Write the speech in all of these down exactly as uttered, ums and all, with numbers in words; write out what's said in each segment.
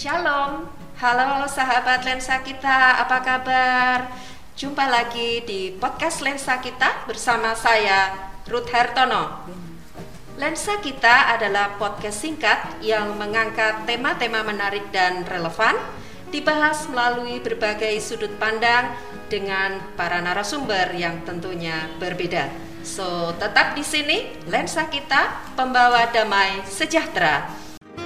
Shalom, halo sahabat lensa kita, apa kabar? Jumpa lagi di podcast lensa kita bersama saya, Ruth Hartono. Lensa kita adalah podcast singkat yang mengangkat tema-tema menarik dan relevan, dibahas melalui berbagai sudut pandang dengan para narasumber yang tentunya berbeda. So, tetap di sini, lensa kita, pembawa damai sejahtera.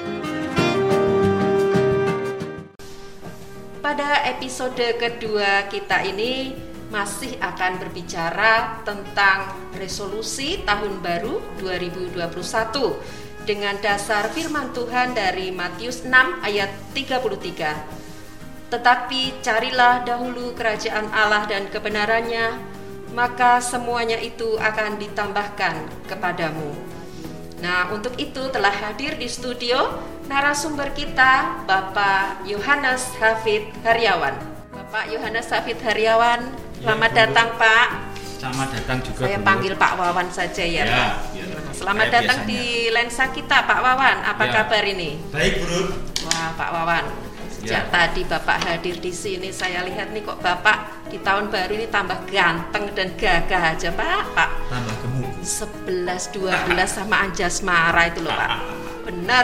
Pada episode kedua kita ini masih akan berbicara tentang resolusi tahun baru dua ribu dua puluh satu dengan dasar firman Tuhan dari Matius enam ayat tiga puluh tiga. Tetapi carilah dahulu kerajaan Allah dan kebenarannya, maka semuanya itu akan ditambahkan kepadamu. Nah, untuk itu telah hadir di studio narasumber kita, Bapak Yohanes Hafid Haryawan. Bapak Yohanes Hafid Haryawan, selamat ya, datang Pak. Selamat datang juga. Saya dulu. panggil Pak Wawan saja ya, ya Pak. Ya, nah, selamat datang biasanya di lensa kita, Pak Wawan. Apa ya. kabar ini? Baik, Bro. Wah, Pak Wawan. Sejak ya. tadi Bapak hadir di sini, saya lihat nih kok Bapak di tahun baru ini tambah ganteng dan gagah aja, Pak. Pak. Tambah gemuk. sebelas dua belas sama Anjasmara itu loh, Pak. Benar.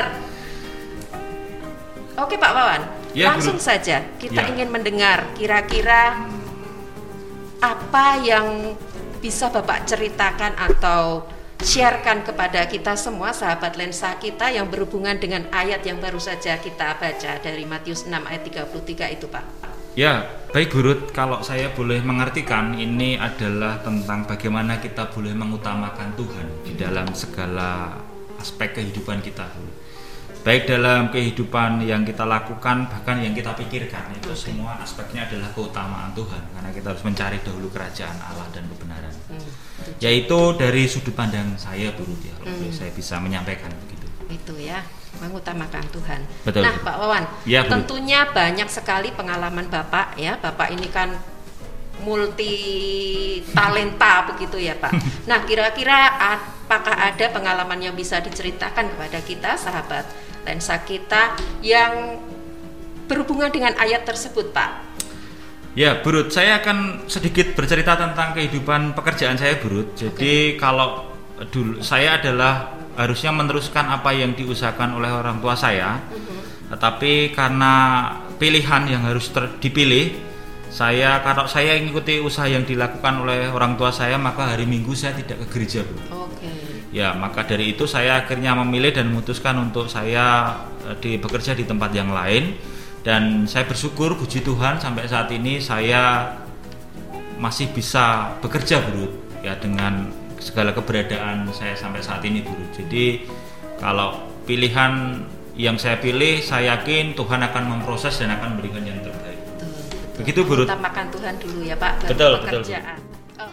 Oke Pak Wawan, ya, langsung bro. saja kita ya. ingin mendengar kira-kira apa yang bisa Bapak ceritakan atau sharekan kepada kita semua sahabat lensa kita yang berhubungan dengan ayat yang baru saja kita baca dari Matius enam ayat tiga puluh tiga itu Pak. Ya, baik Gurut, kalau saya boleh mengartikan ini adalah tentang bagaimana kita boleh mengutamakan Tuhan di dalam segala aspek kehidupan kita. Baik dalam kehidupan yang kita lakukan, bahkan yang kita pikirkan, itu okay. semua aspeknya adalah keutamaan Tuhan, karena kita harus mencari dahulu kerajaan Allah dan kebenaran. Hmm, yaitu dari sudut pandang saya, Bro, ya, kalau hmm. saya bisa menyampaikan begitu. Itu ya, mengutamakan Tuhan. Betul. Nah, Pak Wawan, ya, tentunya banyak sekali pengalaman Bapak ya. Bapak ini kan multi talenta begitu ya, Pak. Nah, kira-kira apakah ada pengalaman yang bisa diceritakan kepada kita, sahabat lensa kita, yang berhubungan dengan ayat tersebut, Pak? Ya, Burut, saya akan sedikit bercerita tentang kehidupan pekerjaan saya, Burut. Jadi okay. kalau dulu saya adalah harusnya meneruskan apa yang diusahakan oleh orang tua saya, uh-huh. tetapi karena pilihan yang harus ter- dipilih, saya kalau saya mengikuti usaha yang dilakukan oleh orang tua saya, maka hari Minggu saya tidak ke gereja, Bu. Oke. Okay. Ya, maka dari itu saya akhirnya memilih dan memutuskan untuk saya di bekerja di tempat yang lain, dan saya bersyukur, puji Tuhan, sampai saat ini saya masih bisa bekerja, Bu. Ya, dengan segala keberadaan saya sampai saat ini, Bu. Jadi kalau pilihan yang saya pilih, saya yakin Tuhan akan memproses dan akan memberikan yang terbaik. Betul, betul. Begitu, Bu. Utamakan Tuhan dulu ya, Pak, betul, pekerjaan. Betul. Oh.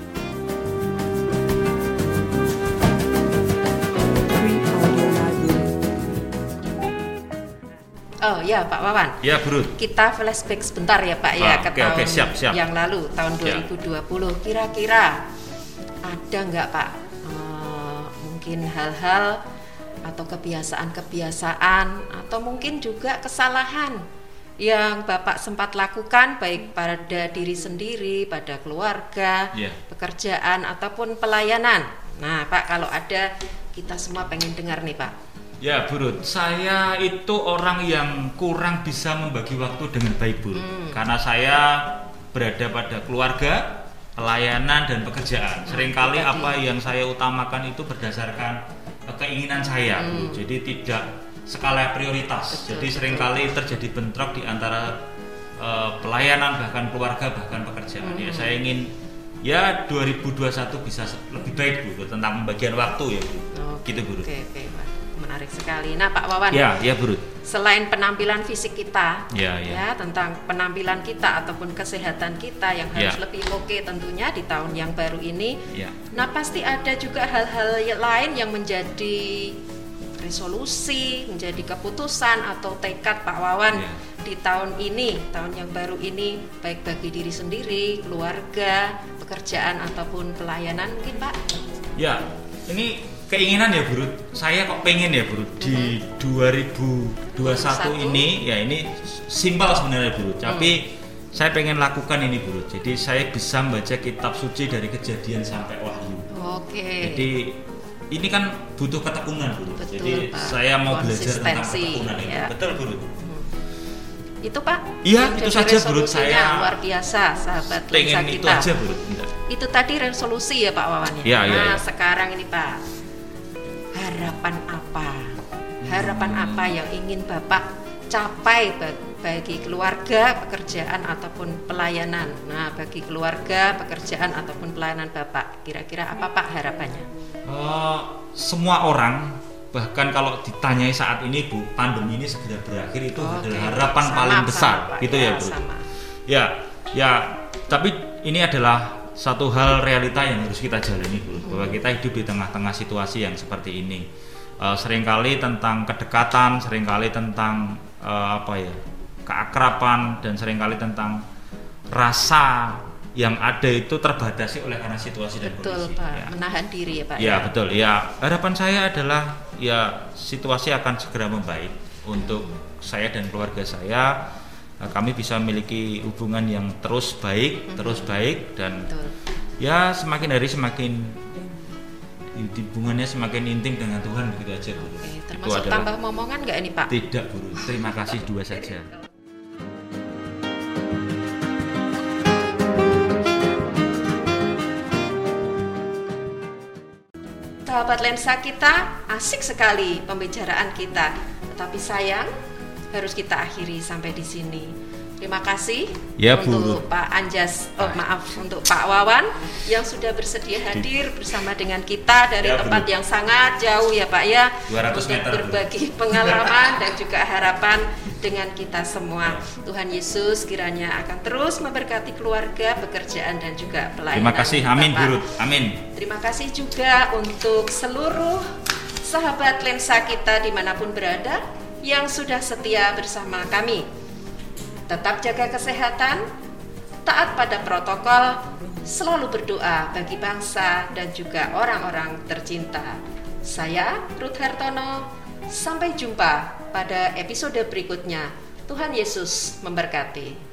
Oh ya Pak Wawan. Ya, Bro. Kita flashback sebentar ya Pak ya, ah, ke okay, tahun okay, siap, siap. yang lalu, tahun dua ribu dua puluh. Ya. Kira-kira ada nggak Pak uh, mungkin hal-hal atau kebiasaan-kebiasaan atau mungkin juga kesalahan yang Bapak sempat lakukan, baik pada diri sendiri, pada keluarga, yeah. pekerjaan ataupun pelayanan. Nah Pak, kalau ada, kita semua pengen dengar nih Pak. Ya, Burut, saya itu orang yang kurang bisa membagi waktu dengan baik, Burut. Hmm. Karena saya berada pada keluarga, pelayanan, dan pekerjaan. Hmm, Seringkali tadi. apa yang saya utamakan itu berdasarkan keinginan saya, hmm. Burut. Jadi tidak skala prioritas. Betul, Jadi seringkali betul. terjadi bentrok di antara uh, pelayanan, bahkan keluarga, bahkan pekerjaan. Hmm. Ya, saya ingin ya dua ribu dua puluh satu bisa lebih baik, Burut, tentang pembagian waktu ya, Burut. Oh, gitu, Burut. Oke, oke, Pak. Menarik sekali. Nah Pak Wawan, ya, ya, Bro. Selain penampilan fisik kita, ya, ya. ya tentang penampilan kita ataupun kesehatan kita yang harus ya. lebih oke tentunya di tahun yang baru ini. Ya. Nah pasti ada juga hal-hal lain yang menjadi resolusi, menjadi keputusan atau tekad Pak Wawan ya. di tahun ini, tahun yang baru ini, baik bagi diri sendiri, keluarga, pekerjaan ataupun pelayanan mungkin Pak. Ya, ini keinginan ya Bu Ruth, saya kok pengen ya Bu Ruth di mm-hmm. dua ribu dua puluh satu ini, ya ini simpel sebenarnya Bu Ruth, tapi mm. saya pengen lakukan ini Bu Ruth. Jadi saya bisa membaca kitab suci dari Kejadian sampai Wahyu. Oke. Jadi ini kan butuh ketekunan Bu Ruth. Betul, Jadi Pak. saya mau belajar tentang ketekunan ini. Ya. Betul Bu Ruth. Itu Pak? Iya, itu saja Bu Ruth. Saya luar biasa, sahabat lensa kita. Itu aja Bu Ruth. Itu tadi resolusi ya Pak Wawan ya. Ya, nah, ya, ya. sekarang ini Pak, harapan apa? Harapan hmm. apa yang ingin Bapak capai bagi keluarga, pekerjaan ataupun pelayanan? Nah, bagi keluarga, pekerjaan ataupun pelayanan Bapak, kira-kira apa Pak harapannya? Uh, semua orang, bahkan kalau ditanyai saat ini Bu, pandemi ini segera berakhir, itu oh, adalah okay. harapan sama, paling besar, sama, gitu ya, ya Bu. Sama. Ya, ya. Tapi ini adalah satu hal realita yang harus kita jalani Bu, hmm. bahwa kita hidup di tengah-tengah situasi yang seperti ini. Uh, seringkali tentang kedekatan, seringkali tentang uh, apa ya, keakraban, dan seringkali tentang rasa yang ada itu terbatasi oleh karena situasi dan betul, kondisi. Pak. Ya. Menahan diri ya Pak. Ya, ya betul. Ya, harapan saya adalah ya situasi akan segera membaik untuk saya dan keluarga saya. Kami bisa memiliki hubungan yang terus baik, mm-hmm. terus baik, dan betul. Ya semakin hari semakin hubungannya semakin intim dengan Tuhan, begitu aja Bu. Oke, termasuk adalah, tambah momongan nggak ini Pak? Tidak Bu, terima kasih dua saja. Sahabat lensa kita, asik sekali pembicaraan kita, tetapi sayang harus kita akhiri sampai di sini. Terima kasih ya, untuk Bu. Pak Anjas, oh maaf untuk Pak Wawan yang sudah bersedia hadir bersama dengan kita dari ya, tempat Bu. Yang sangat jauh ya Pak ya, untuk meter, berbagi Bu. Pengalaman dan juga harapan dengan kita semua. Tuhan Yesus kiranya akan terus memberkati keluarga, pekerjaan dan juga pelayanan. Terima kasih, amin Bu. Amin. Terima kasih juga untuk seluruh sahabat lensa kita dimanapun berada yang sudah setia bersama kami. Tetap jaga kesehatan, taat pada protokol, selalu berdoa bagi bangsa dan juga orang-orang tercinta. Saya Ruth Hartono, sampai jumpa pada episode berikutnya. Tuhan Yesus memberkati.